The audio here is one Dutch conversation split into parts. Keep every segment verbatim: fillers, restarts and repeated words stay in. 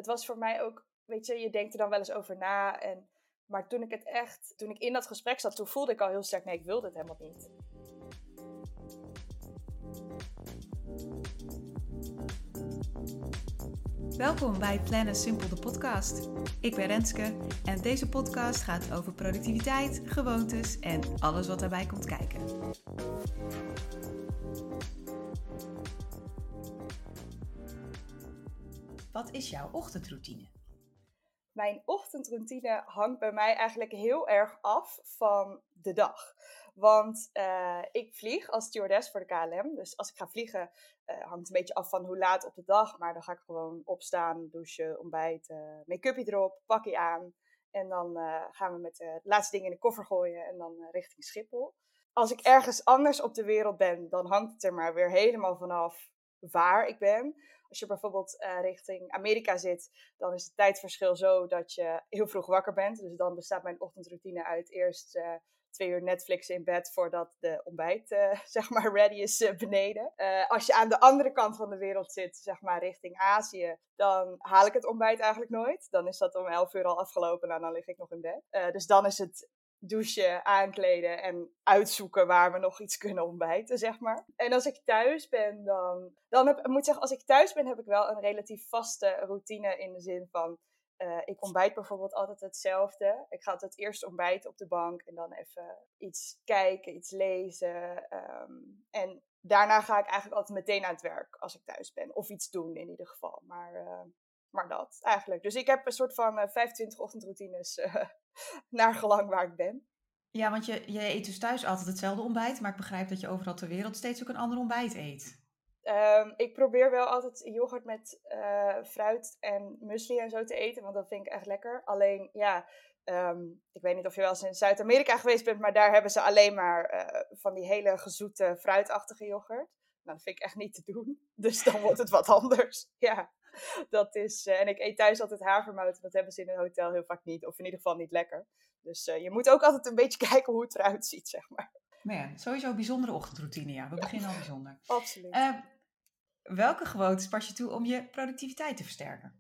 het was voor mij ook, weet je, je denkt er dan wel eens over na. En, maar toen ik het echt, toen ik in dat gesprek zat, toen voelde ik al heel sterk, nee, ik wilde het helemaal niet. Welkom bij Plannen Simpel, de podcast. Ik ben Renske en deze podcast gaat over productiviteit, gewoontes en alles wat daarbij komt kijken. Wat is jouw ochtendroutine? Mijn ochtendroutine hangt bij mij eigenlijk heel erg af van de dag. Want uh, ik vlieg als stewardess voor de K L M. Dus als ik ga vliegen, uh, hangt een beetje af van hoe laat op de dag. Maar dan ga ik gewoon opstaan, douchen, ontbijten, make-upje erop, pakje aan. En dan uh, gaan we met uh, de laatste dingen in de koffer gooien en dan uh, richting Schiphol. Als ik ergens anders op de wereld ben, dan hangt het er maar weer helemaal vanaf waar ik ben. Als je bijvoorbeeld uh, richting Amerika zit, dan is het tijdverschil zo dat je heel vroeg wakker bent. Dus dan bestaat mijn ochtendroutine uit eerst uh, twee uur Netflix in bed voordat de ontbijt uh, zeg maar ready is uh, beneden. Uh, als je aan de andere kant van de wereld zit, zeg maar richting Azië, dan haal ik het ontbijt eigenlijk nooit. Dan is dat om elf uur al afgelopen en dan lig ik nog in bed. Uh, dus dan is het douchen, aankleden en uitzoeken waar we nog iets kunnen ontbijten, zeg maar. En als ik thuis ben, dan... dan heb, ik moet zeggen, als ik thuis ben, heb ik wel een relatief vaste routine in de zin van... Uh, ik ontbijt bijvoorbeeld altijd hetzelfde. Ik ga altijd eerst ontbijten op de bank en dan even iets kijken, iets lezen. Um, en daarna ga ik eigenlijk altijd meteen aan het werk als ik thuis ben. Of iets doen in ieder geval. Maar, uh, maar dat eigenlijk. Dus ik heb een soort van uh, vijfentwintig ochtendroutines uh, naar gelang waar ik ben. Ja, want je, je eet dus thuis altijd hetzelfde ontbijt. Maar ik begrijp dat je overal ter wereld steeds ook een ander ontbijt eet. Um, ik probeer wel altijd yoghurt met uh, fruit en muesli en zo te eten, want dat vind ik echt lekker. Alleen, ja, um, ik weet niet of je wel eens in Zuid-Amerika geweest bent, maar daar hebben ze alleen maar uh, van die hele gezoete, fruitachtige yoghurt. Nou, dat vind ik echt niet te doen. Dus dan wordt het wat anders. Ja, dat is... Uh, en ik eet thuis altijd havermout, dat hebben ze in een hotel heel vaak niet. Of in ieder geval niet lekker. Dus uh, je moet ook altijd een beetje kijken hoe het eruit ziet, zeg maar. Maar ja, sowieso een bijzondere ochtendroutine, ja. We beginnen al bijzonder. Absoluut. Uh, welke gewoontes pas je toe om je productiviteit te versterken?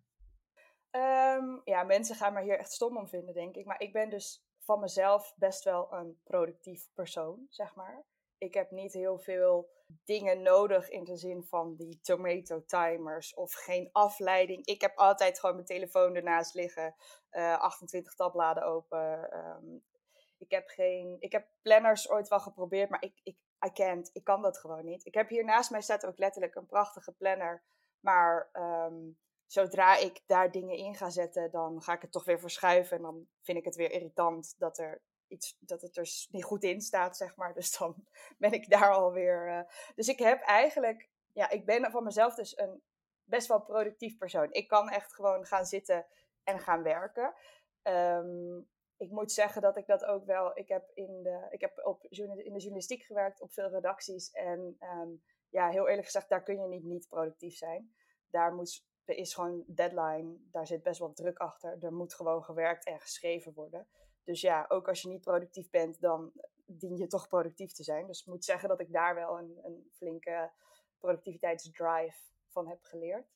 Um, ja, mensen gaan me hier echt stom om vinden, denk ik. Maar ik ben dus van mezelf best wel een productief persoon, zeg maar. Ik heb niet heel veel dingen nodig in de zin van die tomato timers of geen afleiding. Ik heb altijd gewoon mijn telefoon ernaast liggen, uh, achtentwintig tabbladen open. Um, ik heb geen, ik heb planners ooit wel geprobeerd, maar ik, ik, I can't, ik kan dat gewoon niet. Ik heb hier naast mij staat ook letterlijk een prachtige planner, maar um, zodra ik daar dingen in ga zetten, dan ga ik het toch weer verschuiven en dan vind ik het weer irritant dat er iets, dat het er niet goed in staat, zeg maar. Dus dan ben ik daar alweer... Uh... Dus ik heb eigenlijk... Ja, ik ben van mezelf dus een best wel productief persoon. Ik kan echt gewoon gaan zitten en gaan werken. Um, ik moet zeggen dat ik dat ook wel... Ik heb in de, ik heb op, in de journalistiek gewerkt, op veel redacties. En um, ja, heel eerlijk gezegd, daar kun je niet niet productief zijn. Daar moet... Er is gewoon deadline, daar zit best wel druk achter. Er moet gewoon gewerkt en geschreven worden. Dus ja, ook als je niet productief bent, dan dien je toch productief te zijn. Dus ik moet zeggen dat ik daar wel een, een flinke productiviteitsdrive van heb geleerd.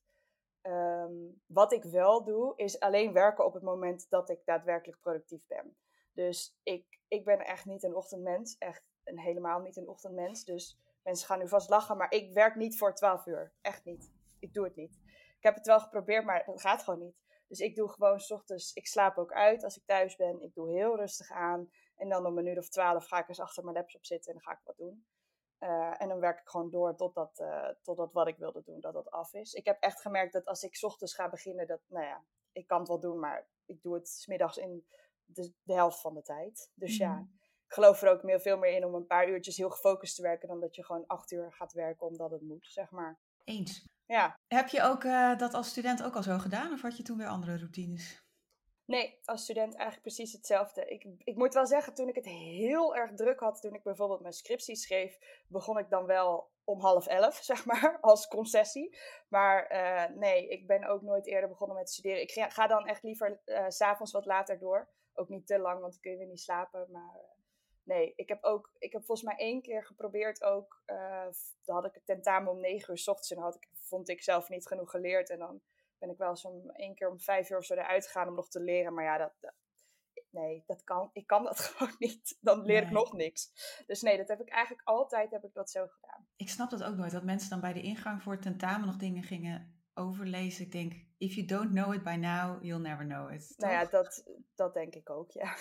Um, wat ik wel doe, is alleen werken op het moment dat ik daadwerkelijk productief ben. Dus ik, ik ben echt niet een ochtendmens, echt een, helemaal niet een ochtendmens. Dus mensen gaan nu vast lachen, maar ik werk niet voor twaalf uur. Echt niet. Ik doe het niet. Ik heb het wel geprobeerd, maar dat gaat gewoon niet. Dus ik doe gewoon 's ochtends, ik slaap ook uit als ik thuis ben. Ik doe heel rustig aan. En dan om een uur of twaalf ga ik eens achter mijn laptop zitten en dan ga ik wat doen. Uh, en dan werk ik gewoon door totdat, uh, totdat wat ik wilde doen, dat dat af is. Ik heb echt gemerkt dat als ik 's ochtends ga beginnen, dat, nou ja, ik kan het wel doen, maar ik doe het 's middags in de, de helft van de tijd. Dus mm-hmm. ja, ik geloof er ook meer, veel meer in om een paar uurtjes heel gefocust te werken dan dat je gewoon acht uur gaat werken omdat het moet, zeg maar. Eens. Ja. Heb je ook uh, dat als student ook al zo gedaan of had je toen weer andere routines? Nee, als student eigenlijk precies hetzelfde. Ik, ik moet wel zeggen, toen ik het heel erg druk had, toen ik bijvoorbeeld mijn scriptie schreef, begon ik dan wel om half elf, zeg maar, als concessie. Maar uh, nee, ik ben ook nooit eerder begonnen met studeren. Ik ga, ga dan echt liever uh, 's avonds wat later door. Ook niet te lang, want dan kun je weer niet slapen. Maar uh, nee, ik heb ook, ik heb volgens mij één keer geprobeerd ook, uh, dan had ik het tentamen om negen uur 's ochtends en had ik, vond ik zelf niet genoeg geleerd. En dan ben ik wel eens om één keer om vijf uur of zo eruit gegaan om nog te leren. Maar ja, dat, dat, nee, dat kan, ik kan dat gewoon niet. Dan leer ik Nee. nog niks. Dus nee, dat heb ik eigenlijk altijd heb ik dat zo gedaan. Ik snap dat ook nooit, dat mensen dan bij de ingang voor het tentamen nog dingen gingen overlezen. Ik denk, if you don't know it by now, you'll never know it. Nou ja, toch? dat, dat denk ik ook, ja.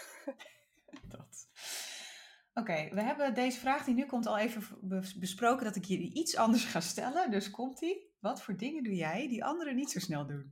Dat. Oké, okay, we hebben deze vraag die nu komt al even besproken dat ik je iets anders ga stellen. Dus komt-ie. Wat voor dingen doe jij die anderen niet zo snel doen?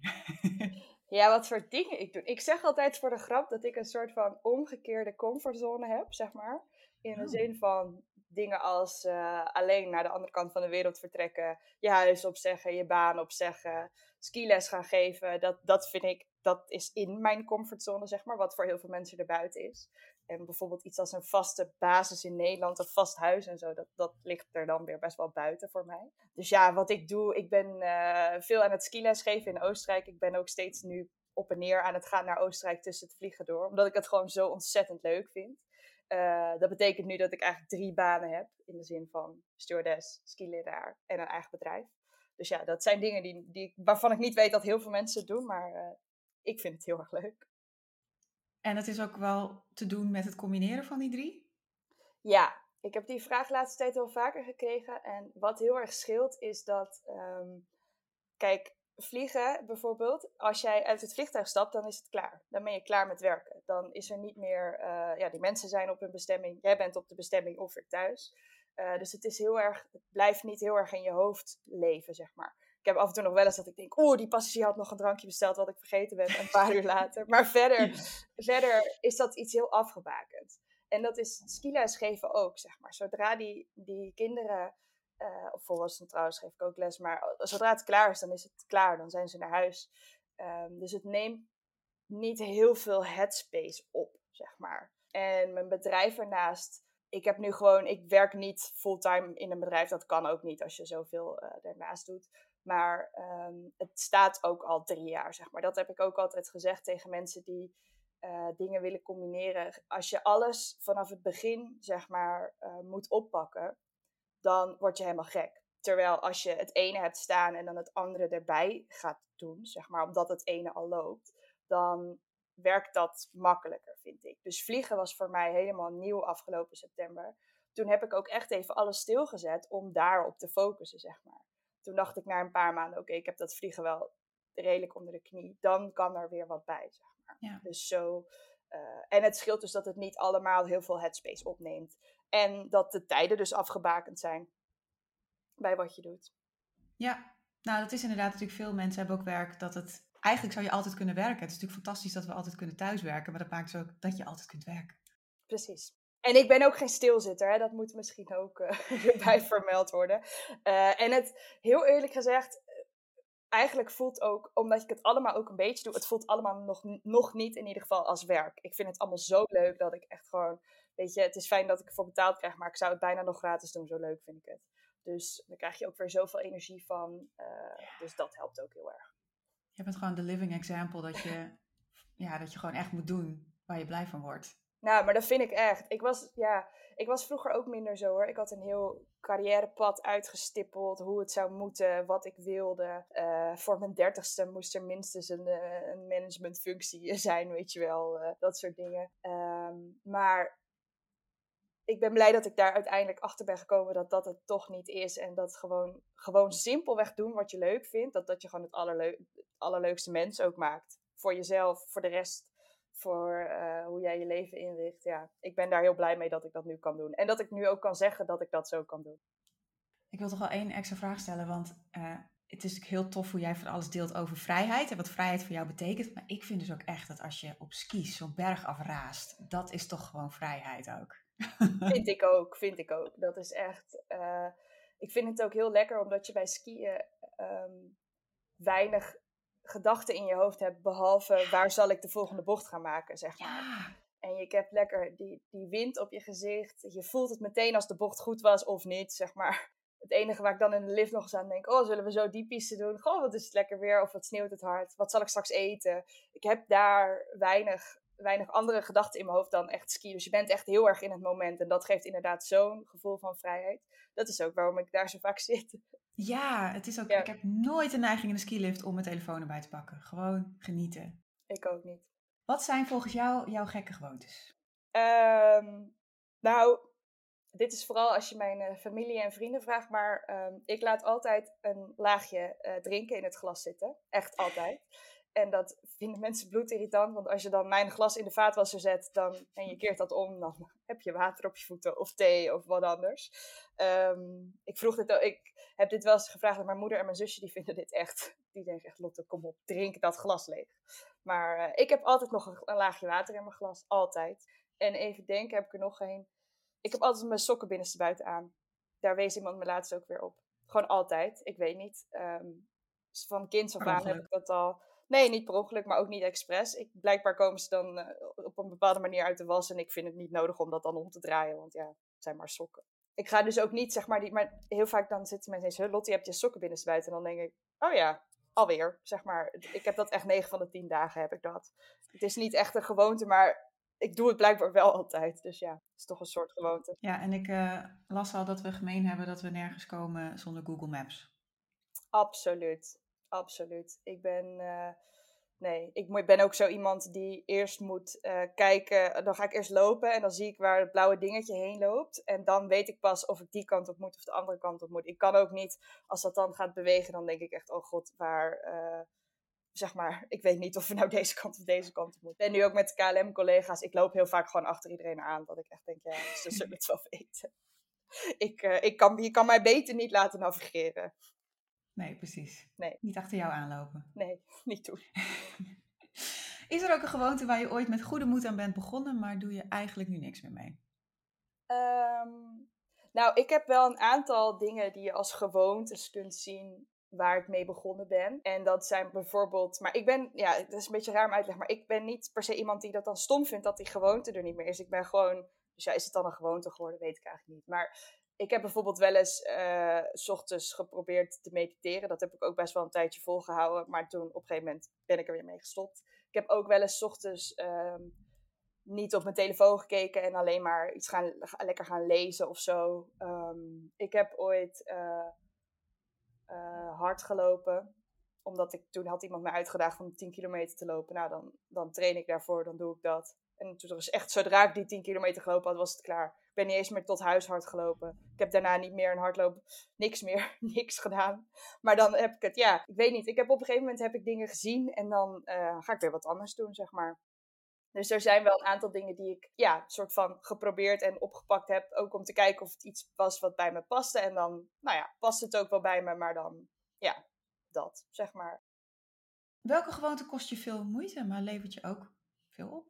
Ja, wat voor dingen ik doe. Ik zeg altijd voor de grap dat ik een soort van omgekeerde comfortzone heb, zeg maar. In de Oh. zin van dingen als uh, alleen naar de andere kant van de wereld vertrekken, je huis opzeggen, je baan opzeggen, skiles gaan geven. Dat, dat vind ik, dat is in mijn comfortzone, zeg maar, wat voor heel veel mensen erbuiten is. En bijvoorbeeld iets als een vaste basis in Nederland, een vast huis en zo, dat, dat ligt er dan weer best wel buiten voor mij. Dus ja, wat ik doe, ik ben uh, veel aan het skiles geven in Oostenrijk. Ik ben ook steeds nu op en neer aan het gaan naar Oostenrijk tussen het vliegen door, omdat ik het gewoon zo ontzettend leuk vind. Uh, dat betekent nu dat ik eigenlijk drie banen heb, in de zin van stewardess, skileraar en een eigen bedrijf. Dus ja, dat zijn dingen die, die, waarvan ik niet weet dat heel veel mensen het doen, maar uh, ik vind het heel erg leuk. En het is ook wel te doen met het combineren van die drie? Ja, ik heb die vraag de laatste tijd wel vaker gekregen. En wat heel erg scheelt is dat, um, kijk, vliegen bijvoorbeeld, als jij uit het vliegtuig stapt, dan is het klaar. Dan ben je klaar met werken. Dan is er niet meer, uh, ja, die mensen zijn op hun bestemming, jij bent op de bestemming of weer thuis. Uh, dus het is heel erg, het blijft niet heel erg in je hoofd leven, zeg maar. Ik heb af en toe nog wel eens dat ik denk, oeh, die passagier had nog een drankje besteld wat ik vergeten ben een paar uur later. Maar verder, verder is dat iets heel afgebakend. En dat is skiles geven ook, zeg maar. Zodra die, die kinderen, uh, of volwassenen trouwens geef ik ook les, maar zodra het klaar is, dan is het klaar. Dan zijn ze naar huis. Um, dus het neemt niet heel veel headspace op, zeg maar. En mijn bedrijf ernaast, ik heb nu gewoon, ik werk niet fulltime in een bedrijf. Dat kan ook niet als je zoveel uh, ernaast doet. Maar um, het staat ook al drie jaar, zeg maar. Dat heb ik ook altijd gezegd tegen mensen die uh, dingen willen combineren. Als je alles vanaf het begin, zeg maar, uh, moet oppakken, dan word je helemaal gek. Terwijl als je het ene hebt staan en dan het andere erbij gaat doen, zeg maar, omdat het ene al loopt, dan werkt dat makkelijker, vind ik. Dus vliegen was voor mij helemaal nieuw afgelopen september. Toen heb ik ook echt even alles stilgezet om daarop te focussen, zeg maar. Toen dacht ik na een paar maanden, oké, okay, ik heb dat vliegen wel redelijk onder de knie. Dan kan er weer wat bij, zeg maar. Ja. Dus zo, uh, en het scheelt dus dat het niet allemaal heel veel headspace opneemt. En dat de tijden dus afgebakend zijn bij wat je doet. Ja, nou dat is inderdaad natuurlijk, veel mensen hebben ook werk dat het, eigenlijk zou je altijd kunnen werken. Het is natuurlijk fantastisch dat we altijd kunnen thuiswerken, maar dat maakt dus ook dat je altijd kunt werken. Precies. En ik ben ook geen stilzitter, hè? Dat moet misschien ook uh, bij vermeld worden. Uh, en het, heel eerlijk gezegd, eigenlijk voelt ook, omdat ik het allemaal ook een beetje doe, het voelt allemaal nog, nog niet in ieder geval als werk. Ik vind het allemaal zo leuk dat ik echt gewoon, weet je, het is fijn dat ik ervoor betaald krijg, maar ik zou het bijna nog gratis doen, zo leuk vind ik het. Dus dan krijg je ook weer zoveel energie van, uh, dus dat helpt ook heel erg. Je bent gewoon de living example dat je, ja, dat je gewoon echt moet doen waar je blij van wordt. Nou, maar dat vind ik echt. Ik was, ja, ik was vroeger ook minder zo hoor. Ik had een heel carrièrepad uitgestippeld, hoe het zou moeten, wat ik wilde. Uh, voor mijn dertigste moest er minstens een, uh, een managementfunctie zijn, weet je wel. Uh, dat soort dingen. Um, maar ik ben blij dat ik daar uiteindelijk achter ben gekomen dat dat het toch niet is. En dat gewoon, gewoon simpelweg doen wat je leuk vindt. Dat, dat je gewoon het, allerleu- het allerleukste mens ook maakt. Voor jezelf, voor de rest. Voor uh, hoe jij je leven inricht. Ja, ik ben daar heel blij mee dat ik dat nu kan doen. En dat ik nu ook kan zeggen dat ik dat zo kan doen. Ik wil toch wel één extra vraag stellen. Want uh, het is natuurlijk heel tof hoe jij van alles deelt over vrijheid. En wat vrijheid voor jou betekent. Maar ik vind dus ook echt dat als je op skis zo'n berg afraast. Dat is toch gewoon vrijheid ook. Vind ik ook, vind ik ook. Dat is echt... Uh, ik vind het ook heel lekker omdat je bij skiën um, weinig gedachten in je hoofd hebt, behalve waar zal ik de volgende bocht gaan maken, zeg maar. Ja. En je hebt lekker die, die wind op je gezicht. Je voelt het meteen als de bocht goed was of niet, zeg maar. Het enige waar ik dan in de lift nog eens aan denk, oh, zullen we zo die piste doen? Goh, wat is het lekker weer, of wat sneeuwt het hard? Wat zal ik straks eten? Ik heb daar weinig weinig andere gedachten in mijn hoofd dan echt skiën. Dus je bent echt heel erg in het moment. En dat geeft inderdaad zo'n gevoel van vrijheid. Dat is ook waarom ik daar zo vaak zit. Ja, het is ook, Ja. ik heb nooit de neiging in de skilift om mijn telefoon erbij te pakken. Gewoon genieten. Ik ook niet. Wat zijn volgens jou jouw gekke gewoontes? Um, nou, dit is vooral als je mijn uh, familie en vrienden vraagt. Maar um, ik laat altijd een laagje uh, drinken in het glas zitten. Echt altijd. En dat vinden mensen bloedirritant. Want als je dan mijn glas in de vaatwasser zet dan, en je keert dat om, dan heb je water op je voeten of thee of wat anders. Um, ik vroeg dit ook, ik heb dit wel eens gevraagd aan mijn moeder en mijn zusje. Die vinden dit echt, die denken echt, Lotte, kom op, drink dat glas leeg. Maar uh, ik heb altijd nog een, een laagje water in mijn glas. Altijd. En even denken, heb ik er nog een. Ik heb altijd mijn sokken binnenstebuiten aan. Daar wees iemand me laatst ook weer op. Gewoon altijd. Ik weet niet. Um, van kinds af aan heb ik dat al. Nee, niet per ongeluk, maar ook niet expres. Ik, blijkbaar komen ze dan uh, op een bepaalde manier uit de was. En ik vind het niet nodig om dat dan om te draaien. Want ja, het zijn maar sokken. Ik ga dus ook niet, zeg maar, die, maar heel vaak dan zitten mensen eens, Lotte, je hebt je sokken binnenstebuiten. En dan denk ik, oh ja, alweer, zeg maar. Ik heb dat echt negen van de tien dagen heb ik dat. Het is niet echt een gewoonte, maar ik doe het blijkbaar wel altijd. Dus ja, het is toch een soort gewoonte. Ja, en ik uh, las al dat we gemeen hebben dat we nergens komen zonder Google Maps. Absoluut, absoluut. Ik ben, uh, nee, ik ben ook zo iemand die eerst moet uh, kijken. Dan ga ik eerst lopen en dan zie ik waar het blauwe dingetje heen loopt. En dan weet ik pas of ik die kant op moet of de andere kant op moet. Ik kan ook niet, als dat dan gaat bewegen, dan denk ik echt, oh god, waar... Uh, zeg maar, ik weet niet of we nou deze kant of deze kant op moeten. En nu ook met de K L M-collega's, ik loop heel vaak gewoon achter iedereen aan. Dat ik echt denk, ja, ze zullen het wel weten. ik, uh, ik kan, je kan mij beter niet laten navigeren. Nee, precies. Nee. Niet achter jou aanlopen. Nee, niet doen. Is er ook een gewoonte waar je ooit met goede moed aan bent begonnen, maar doe je eigenlijk nu niks meer mee? Um, nou, ik heb wel een aantal dingen die je als gewoontes kunt zien waar ik mee begonnen ben. En dat zijn bijvoorbeeld... Maar ik ben... Ja, het is een beetje raar om uit te leggen. Maar ik ben niet per se iemand die dat dan stom vindt dat die gewoonte er niet meer is. Ik ben gewoon... Dus ja, is het dan een gewoonte geworden? Weet ik eigenlijk niet. Maar ik heb bijvoorbeeld wel eens... Uh, 's ochtends geprobeerd te mediteren. Dat heb ik ook best wel een tijdje volgehouden. Maar toen op een gegeven moment ben ik er weer mee gestopt. Ik heb ook wel eens 's ochtends... Um, niet op mijn telefoon gekeken en alleen maar iets gaan, lekker gaan lezen of zo. Um, ik heb ooit uh, uh, hard gelopen. Omdat ik, toen had iemand me uitgedaagd om tien kilometer te lopen. Nou, dan, dan train ik daarvoor, dan doe ik dat. En toen was echt, zodra ik die tien kilometer gelopen had, was het klaar. Ik ben niet eens meer tot huis hard gelopen. Ik heb daarna niet meer een hardloop, niks meer, niks gedaan. Maar dan heb ik het, ja, ik weet niet. Ik heb op een gegeven moment heb ik dingen gezien en dan uh, ga ik weer wat anders doen, zeg maar. Dus er zijn wel een aantal dingen die ik, ja, soort van geprobeerd en opgepakt heb. Ook om te kijken of het iets was wat bij me paste. En dan, nou ja, past het ook wel bij me, maar dan, ja, dat, zeg maar. Welke gewoonte kost je veel moeite, maar levert je ook veel op?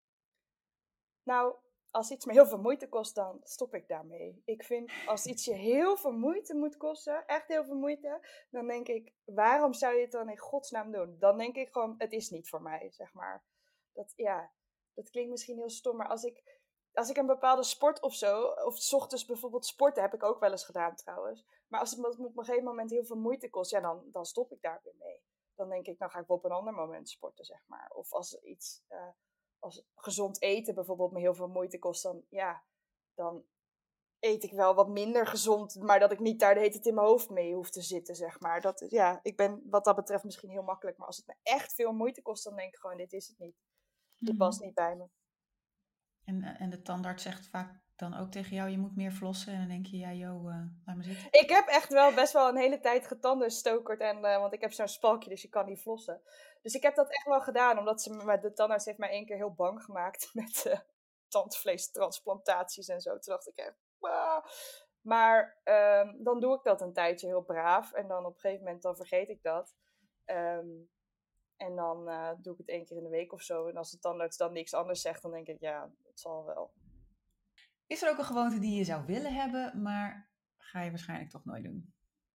Nou, als iets me heel veel moeite kost, dan stop ik daarmee. Ik vind, als iets je heel veel moeite moet kosten, echt heel veel moeite, dan denk ik, waarom zou je het dan in godsnaam doen? Dan denk ik gewoon, het is niet voor mij, zeg maar. Dat, ja, dat klinkt misschien heel stom, maar als ik, als ik een bepaalde sport of zo, of 's ochtends bijvoorbeeld sporten, heb ik ook wel eens gedaan trouwens. Maar als het me op een gegeven moment heel veel moeite kost, ja, dan, dan stop ik daar weer mee. Dan denk ik, dan ga ik wel op een ander moment sporten, zeg maar. Of als iets, uh, als gezond eten bijvoorbeeld me heel veel moeite kost, dan, ja, dan eet ik wel wat minder gezond, maar dat ik niet daar de hele tijd in mijn hoofd mee hoef te zitten, zeg maar. Dat, ja, ik ben wat dat betreft misschien heel makkelijk, maar als het me echt veel moeite kost, dan denk ik gewoon, dit is het niet. Die past niet bij me. En, en de tandarts zegt vaak dan ook tegen jou, je moet meer flossen. En dan denk je, ja joh, uh, laat maar zitten. Ik heb echt wel best wel een hele tijd getandenstokerd. En, uh, want ik heb zo'n spalkje, dus je kan niet flossen. Dus ik heb dat echt wel gedaan. Omdat ze me, de tandarts heeft mij één keer heel bang gemaakt. Met uh, tandvleestransplantaties en zo. Toen dacht ik echt, wow. Maar um, dan doe ik dat een tijdje heel braaf. En dan op een gegeven moment dan vergeet ik dat. Um, En dan uh, doe ik het één keer in de week of zo. En als de tandarts dan niks anders zegt, dan denk ik, ja, het zal wel. Is er ook een gewoonte die je zou willen hebben, maar ga je waarschijnlijk toch nooit doen?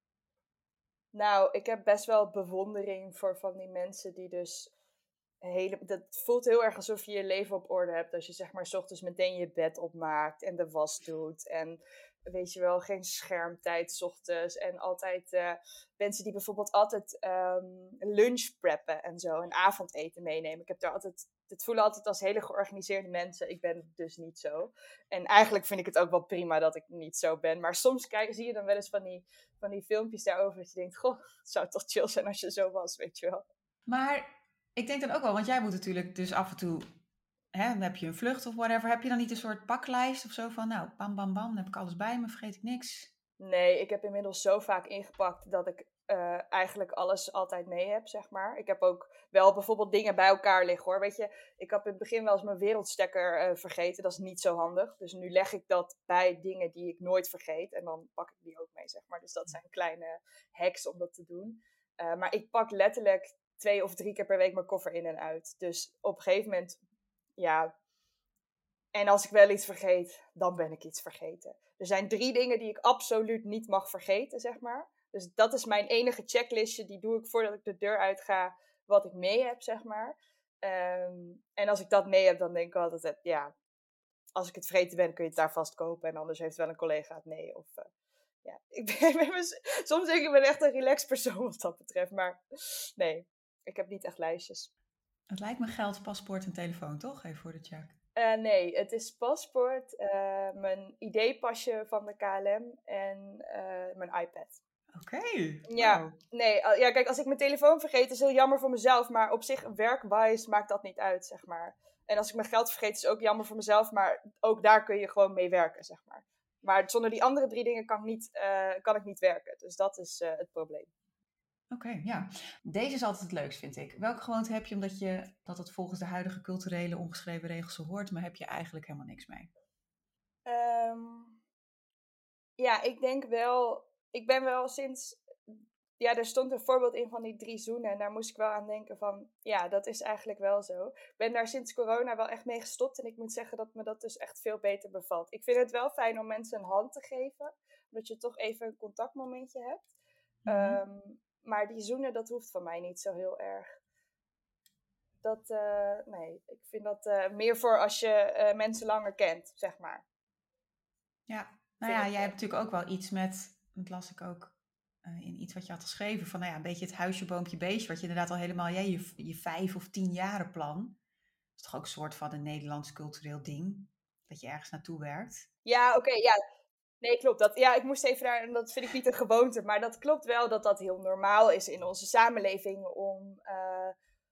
Nou, ik heb best wel bewondering voor van die mensen die dus... Hele, dat voelt heel erg alsof je je leven op orde hebt. Als je zeg maar 's ochtends meteen je bed opmaakt en de was doet. En weet je wel, geen schermtijd 's ochtends. En altijd uh, mensen die bijvoorbeeld altijd um, lunch preppen en zo. En avondeten meenemen. Ik heb daar altijd, het voelen altijd als hele georganiseerde mensen. Ik ben dus niet zo. En eigenlijk vind ik het ook wel prima dat ik niet zo ben. Maar soms kijk, zie je dan wel eens van die, van die filmpjes daarover. Dat je denkt, goh, het zou toch chill zijn als je zo was, weet je wel. Maar ik denk dan ook wel, want jij moet natuurlijk dus af en toe, hè, dan heb je een vlucht of whatever. Heb je dan niet een soort paklijst of zo van, nou, bam, bam, bam, dan heb ik alles bij me, vergeet ik niks? Nee, ik heb inmiddels zo vaak ingepakt dat ik uh, eigenlijk alles altijd mee heb, zeg maar. Ik heb ook wel bijvoorbeeld dingen bij elkaar liggen, hoor. Weet je, ik heb in het begin wel eens mijn wereldstekker uh, vergeten. Dat is niet zo handig. Dus nu leg ik dat bij dingen die ik nooit vergeet. En dan pak ik die ook mee, zeg maar. Dus dat zijn kleine hacks om dat te doen. Uh, maar ik pak letterlijk twee of drie keer per week mijn koffer in en uit. Dus op een gegeven moment, ja... En als ik wel iets vergeet, dan ben ik iets vergeten. Er zijn drie dingen die ik absoluut niet mag vergeten, zeg maar. Dus dat is mijn enige checklistje. Die doe ik voordat ik de deur uit ga, wat ik mee heb, zeg maar. Um, en als ik dat mee heb, dan denk ik altijd, ja, als ik het vergeten ben, kun je het daar vast kopen. En anders heeft wel een collega het mee. Of, uh, ja, ik ben, ik ben, soms denk ik, ik ben echt een relaxed persoon wat dat betreft. Maar nee, ik heb niet echt lijstjes. Het lijkt me geld, paspoort en telefoon, toch? Even voor de check. Uh, nee, het is paspoort, uh, mijn I D-pasje van de K L M en uh, mijn iPad. Oké, okay. Ja, wow. nee, uh, ja, kijk, als ik mijn telefoon vergeet, is het heel jammer voor mezelf. Maar op zich, werkwise, maakt dat niet uit, zeg maar. En als ik mijn geld vergeet, is het ook jammer voor mezelf. Maar ook daar kun je gewoon mee werken, zeg maar. Maar zonder die andere drie dingen kan ik niet, uh, kan ik niet werken. Dus dat is uh, het probleem. Oké, okay, ja. Deze is altijd het leukst, vind ik. Welke gewoonte heb je omdat je dat het volgens de huidige culturele ongeschreven regels zo hoort, maar heb je eigenlijk helemaal niks mee? Um, ja, ik denk wel... Ik ben wel sinds... Ja, er stond een voorbeeld in van die drie zoenen. En daar moest ik wel aan denken van... Ja, dat is eigenlijk wel zo. Ik ben daar sinds corona wel echt mee gestopt. En ik moet zeggen dat me dat dus echt veel beter bevalt. Ik vind het wel fijn om mensen een hand te geven. Omdat je toch even een contactmomentje hebt. Mm-hmm. Um, maar die zoenen, dat hoeft van mij niet zo heel erg. Dat, uh, nee, ik vind dat uh, meer voor als je uh, mensen langer kent, zeg maar. Ja, nou ja, jij hebt natuurlijk ook wel iets met... Dat las ik ook uh, in iets wat je had geschreven. Van nou ja, een beetje het huisje, boompje, beestje. Wat je inderdaad al helemaal... Ja, je, je vijf of tien jaren plan. Dat is toch ook een soort van een Nederlands cultureel ding. Dat je ergens naartoe werkt. Ja, oké, okay, ja. Nee, klopt. Dat, ja, ik moest even daar... Dat vind ik niet een gewoonte. Maar dat klopt wel dat dat heel normaal is in onze samenleving. Om... Uh,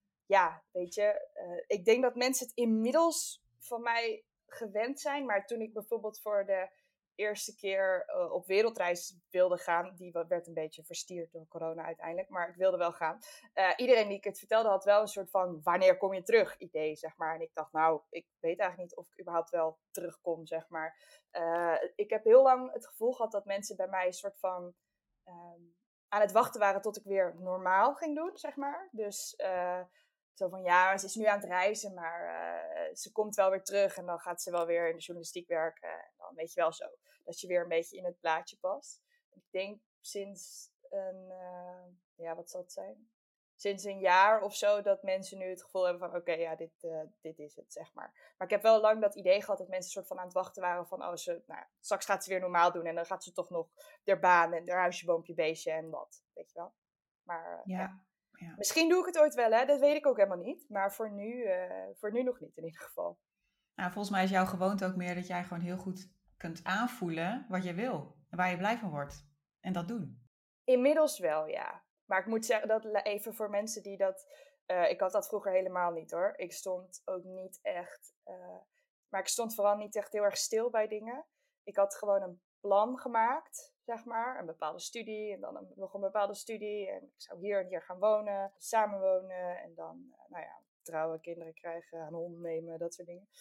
ja, weet je... Uh, ik denk dat mensen het inmiddels van mij gewend zijn. Maar toen ik bijvoorbeeld voor de... eerste keer uh, op wereldreis wilde gaan. Die werd een beetje verstierd door corona uiteindelijk. Maar ik wilde wel gaan. Uh, iedereen die ik het vertelde had wel een soort van... wanneer kom je terug idee, zeg maar. En ik dacht, nou, ik weet eigenlijk niet of ik überhaupt wel terugkom, zeg maar. Uh, ik heb heel lang het gevoel gehad dat mensen bij mij een soort van... Um, aan het wachten waren tot ik weer normaal ging doen, zeg maar. Dus... Uh, Zo van, ja, ze is nu aan het reizen, maar uh, ze komt wel weer terug en dan gaat ze wel weer in de journalistiek werken. En dan weet je wel zo, dat je weer een beetje in het plaatje past. Ik denk sinds een, uh, ja, wat zal het zijn? Sinds een jaar of zo dat mensen nu het gevoel hebben van, oké, okay, ja, dit, uh, dit is het, zeg maar. Maar ik heb wel lang dat idee gehad dat mensen soort van aan het wachten waren van, oh, ze, nou, straks gaat ze weer normaal doen en dan gaat ze toch nog haar baan en haar huisje, boompje, beestje en wat, weet je wel. Maar, uh, ja. ja. Ja. Misschien doe ik het ooit wel, hè? Dat weet ik ook helemaal niet. Maar voor nu, uh, voor nu nog niet, in ieder geval. Nou, volgens mij is jouw gewoonte ook meer dat jij gewoon heel goed kunt aanvoelen wat je wil. En waar je blij van wordt. En dat doen. Inmiddels wel, ja. Maar ik moet zeggen, dat even voor mensen die dat... Uh, ik had dat vroeger helemaal niet, hoor. Ik stond ook niet echt... Uh, maar ik stond vooral niet echt heel erg stil bij dingen. Ik had gewoon een plan gemaakt, zeg maar. Een bepaalde studie en dan een, nog een bepaalde studie. En ik zou hier en hier gaan wonen, samenwonen. En dan, uh, nou ja, trouwen, kinderen krijgen, een hond nemen, dat soort dingen.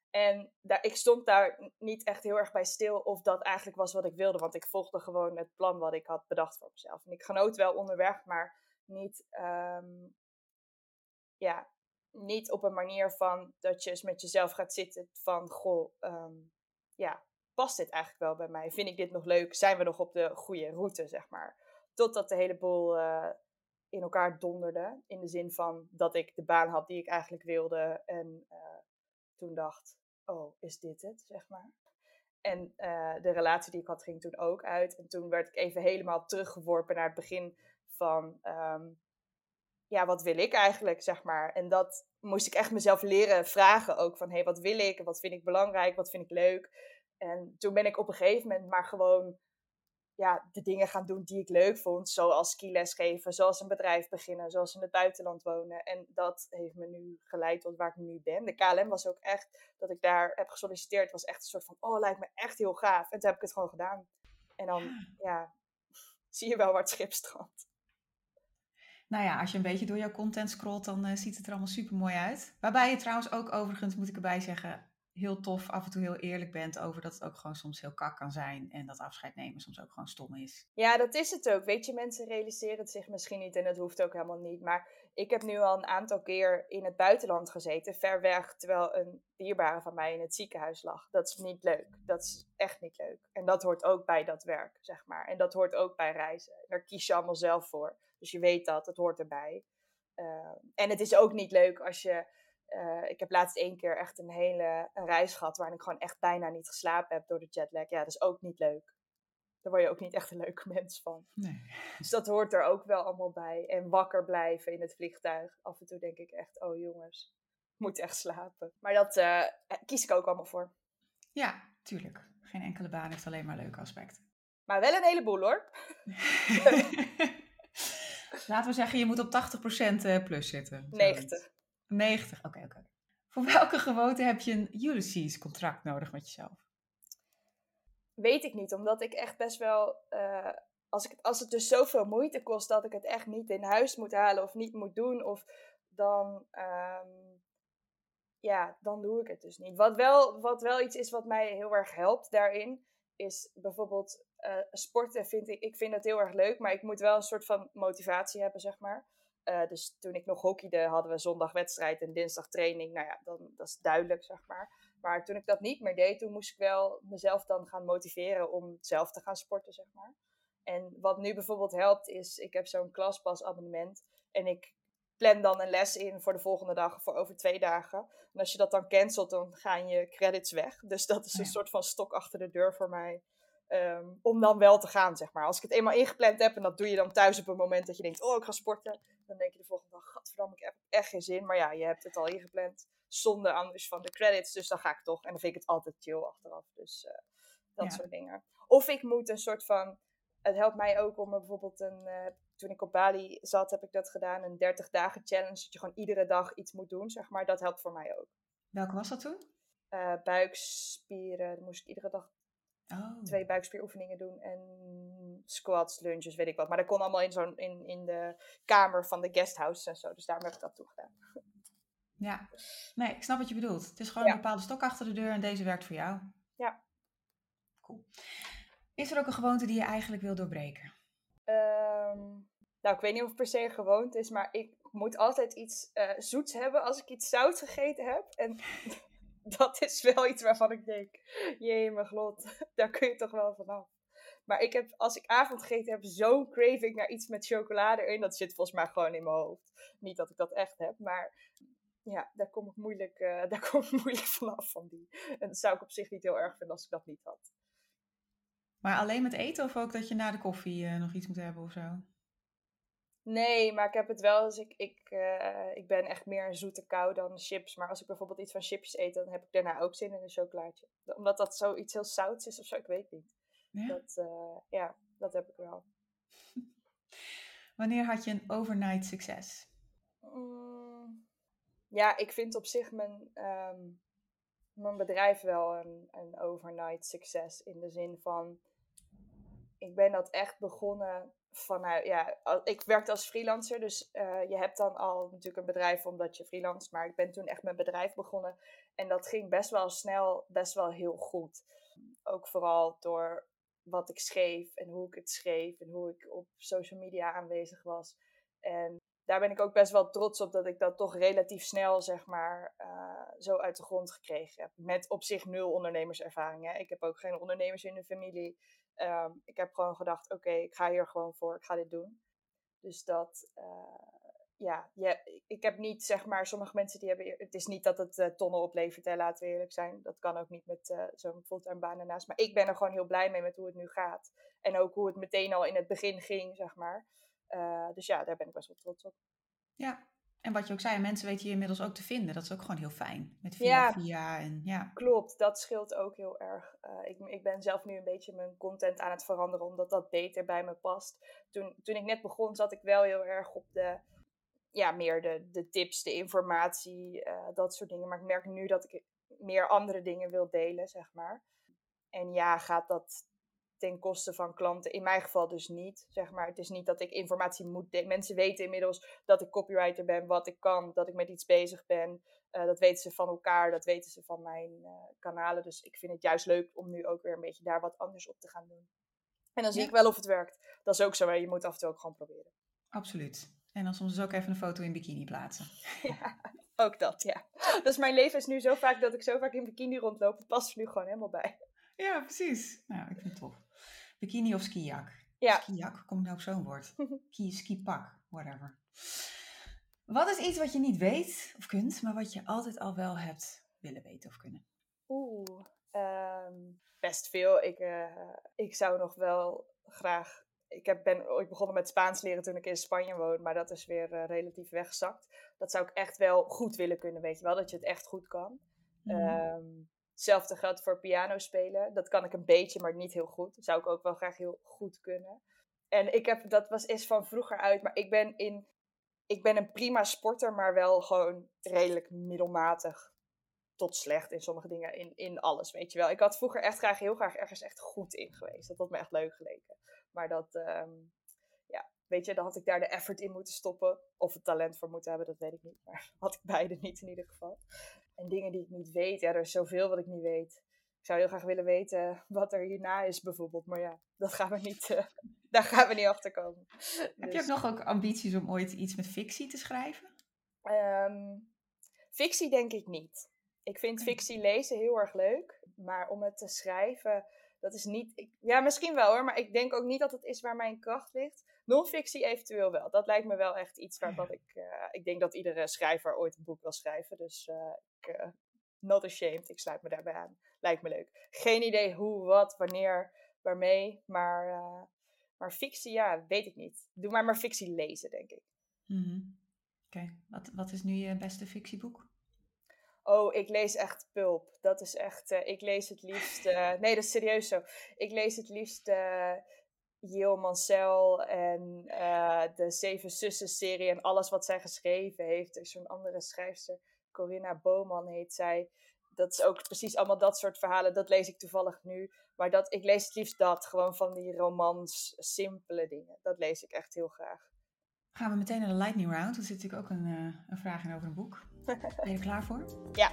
En daar, ik stond daar niet echt heel erg bij stil of dat eigenlijk was wat ik wilde. Want ik volgde gewoon het plan wat ik had bedacht voor mezelf. En ik genoot wel onderweg, maar niet, um, ja, niet op een manier van dat je eens met jezelf gaat zitten van, goh, um, ja, past dit eigenlijk wel bij mij? Vind ik dit nog leuk? Zijn we nog op de goede route, zeg maar? Totdat de hele boel uh, in elkaar donderde. In de zin van dat ik de baan had die ik eigenlijk wilde. En uh, toen dacht, oh, is dit het, zeg maar. En uh, de relatie die ik had ging toen ook uit. En toen werd ik even helemaal teruggeworpen naar het begin van... Um, ja, wat wil ik eigenlijk, zeg maar. En dat moest ik echt mezelf leren vragen ook. Van, hé, hey, wat wil ik? Wat vind ik belangrijk? Wat vind ik leuk? En toen ben ik op een gegeven moment maar gewoon... ja, de dingen gaan doen die ik leuk vond. Zoals skiles geven, zoals een bedrijf beginnen, zoals in het buitenland wonen. En dat heeft me nu geleid tot waar ik nu ben. De K L M was ook echt, dat ik daar heb gesolliciteerd, was echt een soort van, oh, lijkt me echt heel gaaf. En toen heb ik het gewoon gedaan. En dan, ja, ja zie je wel waar het schip strandt. Nou ja, als je een beetje door jouw content scrolt, dan uh, ziet het er allemaal super mooi uit. Waarbij je trouwens ook overigens, moet ik erbij zeggen, heel tof af en toe heel eerlijk bent over dat het ook gewoon soms heel kak kan zijn. En dat afscheid nemen soms ook gewoon stom is. Ja, dat is het ook. Weet je, mensen realiseren het zich misschien niet en dat hoeft ook helemaal niet. Maar ik heb nu al een aantal keer in het buitenland gezeten, ver weg, terwijl een dierbare van mij in het ziekenhuis lag. Dat is niet leuk. Dat is echt niet leuk. En dat hoort ook bij dat werk, zeg maar. En dat hoort ook bij reizen. Daar kies je allemaal zelf voor. Dus je weet dat, het hoort erbij. Uh, en het is ook niet leuk als je... Uh, ik heb laatst één keer echt een hele een reis gehad waarin ik gewoon echt bijna niet geslapen heb door de jetlag. Ja, dat is ook niet leuk. Daar word je ook niet echt een leuke mens van. Nee. Dus dat hoort er ook wel allemaal bij. En wakker blijven in het vliegtuig. Af en toe denk ik echt, oh jongens, ik moet echt slapen. Maar dat uh, kies ik ook allemaal voor. Ja, tuurlijk. Geen enkele baan heeft alleen maar leuke aspecten. Maar wel een heleboel hoor. Laten we zeggen, je moet op tachtig procent plus zitten. negentig. negentig, oké, okay, oké. Okay. Voor welke gewoonte heb je een Ulysses contract nodig met jezelf? Weet ik niet, omdat ik echt best wel... Uh, als, ik, als het dus zoveel moeite kost dat ik het echt niet in huis moet halen of niet moet doen, of dan... Um, ja, dan doe ik het dus niet. Wat wel, wat wel iets is wat mij heel erg helpt daarin, is bijvoorbeeld uh, sporten vind ik, ik vind het heel erg leuk, maar ik moet wel een soort van motivatie hebben, zeg maar. Uh, dus toen ik nog hockeyde, hadden we zondag wedstrijd en dinsdag training. Nou ja, dan, dat is duidelijk, zeg maar. Maar toen ik dat niet meer deed, toen moest ik wel mezelf dan gaan motiveren om zelf te gaan sporten, zeg maar. En wat nu bijvoorbeeld helpt is, ik heb zo'n Klaspas abonnement en ik plan dan een les in voor de volgende dag, voor over twee dagen. En als je dat dan cancelt, dan gaan je credits weg. Dus dat is een ja. soort van stok achter de deur voor mij. Um, om dan wel te gaan, zeg maar. Als ik het eenmaal ingepland heb en dat doe je dan thuis op een moment dat je denkt, oh, ik ga sporten. Dan denk je de volgende dag, gadverdamme, ik heb echt geen zin. Maar ja, je hebt het al ingepland zonder anders van de credits. Dus dan ga ik toch. En dan vind ik het altijd chill achteraf. Dus uh, dat ja. soort dingen. Of ik moet een soort van... Het helpt mij ook om bijvoorbeeld een... Uh, toen ik op Bali zat, heb ik dat gedaan. Een dertig dagen challenge. Dat je gewoon iedere dag iets moet doen, zeg maar. Dat helpt voor mij ook. Welke was dat toen? Uh, buikspieren. Dan moest ik iedere dag oh. twee buikspieroefeningen doen. En squats, lunges, weet ik wat. Maar dat kon allemaal in, zo'n, in, in de kamer van de guesthouse en zo. Dus daarom heb ik dat toegedaan. Ja, nee, ik snap wat je bedoelt. Het is gewoon ja. een bepaalde stok achter de deur en deze werkt voor jou. Ja. Cool. Is er ook een gewoonte die je eigenlijk wil doorbreken? Um, nou, ik weet niet of het per se een gewoonte is, maar ik moet altijd iets uh, zoets hebben als ik iets zouts gegeten heb. En dat is wel iets waarvan ik denk, jee, mijn glot, daar kun je toch wel vanaf. Maar ik heb, als ik avondgegeten heb, zo'n craving naar iets met chocolade erin. Dat zit volgens mij gewoon in mijn hoofd. Niet dat ik dat echt heb, maar ja, daar kom ik moeilijk, uh, daar kom ik moeilijk vanaf van die. En dat zou ik op zich niet heel erg vinden als ik dat niet had. Maar alleen met eten of ook dat je na de koffie uh, nog iets moet hebben of zo? Nee, maar ik heb het wel eens. Ik, ik, uh, ik ben echt meer een zoete kou dan chips. Maar als ik bijvoorbeeld iets van chipjes eet, dan heb ik daarna ook zin in een chocolaatje. Omdat dat zoiets heel zouts is of zo, ik weet niet. Ja, dat, uh, ja, dat heb ik wel. Wanneer had je een overnight succes? Mm, ja, ik vind op zich mijn, um, mijn bedrijf wel een, een overnight succes. In de zin van, ik ben dat echt begonnen vanuit, ja, ik werkte als freelancer. Dus uh, je hebt dan al natuurlijk een bedrijf omdat je freelance. Maar ik ben toen echt mijn bedrijf begonnen. En dat ging best wel snel, best wel heel goed. Ook vooral door wat ik schreef en hoe ik het schreef en hoe ik op social media aanwezig was. En daar ben ik ook best wel trots op dat ik dat toch relatief snel, zeg maar, uh, zo uit de grond gekregen heb. Met op zich nul ondernemerservaring. Hè. Ik heb ook geen ondernemers in de familie. Um, ik heb gewoon gedacht, oké, okay, ik ga hier gewoon voor, ik ga dit doen. Dus dat, uh, ja, je, ik heb niet, zeg maar, sommige mensen die hebben... Het is niet dat het uh, tonnen oplevert, hè, laten we eerlijk zijn. Dat kan ook niet met uh, zo'n fulltime baan ernaast. Maar ik ben er gewoon heel blij mee met hoe het nu gaat. En ook hoe het meteen al in het begin ging, zeg maar. Uh, dus ja, daar ben ik best wel trots op. Ja, en wat je ook zei, mensen weten je inmiddels ook te vinden. Dat is ook gewoon heel fijn. Met via ja, via en ja. Klopt, dat scheelt ook heel erg. Uh, ik, ik ben zelf nu een beetje mijn content aan het veranderen, omdat dat beter bij me past. Toen, toen ik net begon, zat ik wel heel erg op de... Ja, meer de, de tips, de informatie, uh, dat soort dingen. Maar ik merk nu dat ik meer andere dingen wil delen, zeg maar. En ja, gaat dat ten koste van klanten? In mijn geval dus niet, zeg maar. Het is niet dat ik informatie moet delen. Mensen weten inmiddels dat ik copywriter ben, wat ik kan, dat ik met iets bezig ben. Uh, dat weten ze van elkaar, dat weten ze van mijn uh, kanalen. Dus ik vind het juist leuk om nu ook weer een beetje daar wat anders op te gaan doen. En dan zie ja. ik wel of het werkt. Dat is ook zo, maar je moet af en toe ook gewoon proberen. Absoluut. En dan soms ook even een foto in bikini plaatsen. Ja, ook dat, ja. Dus mijn leven is nu zo vaak dat ik zo vaak in bikini rondloop. Het past er nu gewoon helemaal bij. Ja, precies. Nou, ik vind het tof. Bikini of skijak? Ja. Skijak, kom ik nou op zo'n woord? Skipak, whatever. Wat is iets wat je niet weet of kunt, maar wat je altijd al wel hebt willen weten of kunnen? Oeh, um, best veel. Ik, uh, ik zou nog wel graag... Ik heb, ben ooit begonnen met Spaans leren toen ik in Spanje woonde, maar dat is weer uh, relatief weggezakt. Dat zou ik echt wel goed willen kunnen, weet je wel, dat je het echt goed kan. Mm. Um, hetzelfde geldt voor piano spelen. Dat kan ik een beetje, maar niet heel goed. Dat zou ik ook wel graag heel goed kunnen. En ik heb, dat was is van vroeger uit, maar ik ben, in, ik ben een prima sporter, maar wel gewoon redelijk middelmatig tot slecht in sommige dingen, in, in alles, weet je wel. Ik had vroeger echt graag, heel graag ergens echt goed in geweest. Dat had me echt leuk geleken. Maar dat, um, ja, weet je, dan had ik daar de effort in moeten stoppen. Of het talent voor moeten hebben, dat weet ik niet. Maar had ik beide niet in ieder geval. En dingen die ik niet weet, ja, er is zoveel wat ik niet weet. Ik zou heel graag willen weten wat er hierna is bijvoorbeeld. Maar ja, dat gaan we niet, uh, daar gaan we niet achter komen. Heb dus... je ook nog ook ambities om ooit iets met fictie te schrijven? Um, fictie denk ik niet. Ik vind fictie lezen heel erg leuk. Maar om het te schrijven... Dat is niet... Ik, ja, misschien wel hoor. Maar ik denk ook niet dat het is waar mijn kracht ligt. Non-fictie eventueel wel. Dat lijkt me wel echt iets waarvan ja. ik... Uh, ik denk dat iedere schrijver ooit een boek wil schrijven. Dus uh, ik, uh, not ashamed. Ik sluit me daarbij aan. Lijkt me leuk. Geen idee hoe, wat, wanneer, waarmee. Maar, uh, maar fictie, ja, weet ik niet. Doe maar maar fictie lezen, denk ik. Mm-hmm. Oké. Okay. Wat, wat is nu je beste fictieboek? Oh, ik lees echt pulp. Dat is echt... Uh, ik lees het liefst... Uh, nee, dat is serieus zo. Ik lees het liefst uh, Jill Mansell en uh, de Zeven Zussen serie en alles wat zij geschreven heeft. Er is zo'n andere schrijfster, Corinna Bowman heet zij. Dat is ook precies allemaal dat soort verhalen. Dat lees ik toevallig nu. Maar dat, ik lees het liefst dat. Gewoon van die romans, simpele dingen. Dat lees ik echt heel graag. Gaan we meteen naar de lightning round. Er zit natuurlijk ook een, uh, een vraag in over een boek. Ben je er klaar voor? Ja.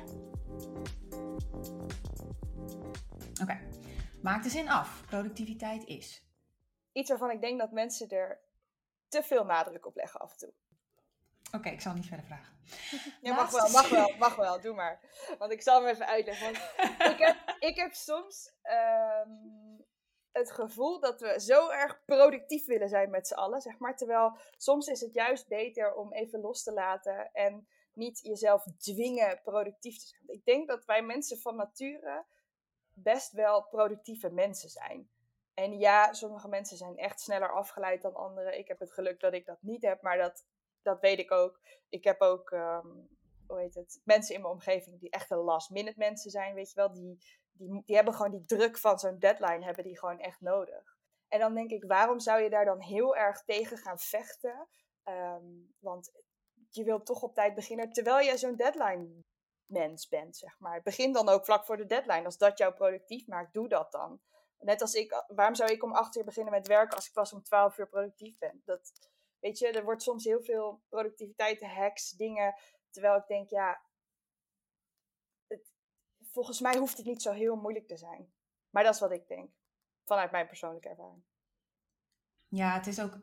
Oké. Okay. Maak de zin af. Productiviteit is? Iets waarvan ik denk dat mensen er te veel nadruk op leggen af en toe. Oké, okay, ik zal niet verder vragen. Ja, mag wel, mag wel, mag wel. Doe maar. Want ik zal hem even uitleggen. Want ik, heb, ik heb soms um, het gevoel dat we zo erg productief willen zijn met z'n allen, zeg maar. Terwijl soms is het juist beter om even los te laten en niet jezelf dwingen productief te zijn. Ik denk dat wij mensen van nature best wel productieve mensen zijn. En ja, sommige mensen zijn echt sneller afgeleid dan anderen. Ik heb het geluk dat ik dat niet heb, maar dat, dat weet ik ook. Ik heb ook, um, hoe heet het, mensen in mijn omgeving die echt een last minute mensen zijn, weet je wel. Die, die, die hebben gewoon die druk van zo'n deadline, hebben die gewoon echt nodig. En dan denk ik, waarom zou je daar dan heel erg tegen gaan vechten? Um, want je wilt toch op tijd beginnen, terwijl je zo'n deadline mens bent, zeg maar. Begin dan ook vlak voor de deadline. Als dat jou productief maakt, doe dat dan. Net als ik, waarom zou ik om acht uur beginnen met werken als ik pas om twaalf uur productief ben? Dat, weet je, er wordt soms heel veel productiviteit, hacks, dingen, terwijl ik denk, ja, het, volgens mij hoeft het niet zo heel moeilijk te zijn. Maar dat is wat ik denk, vanuit mijn persoonlijke ervaring. Ja, het is ook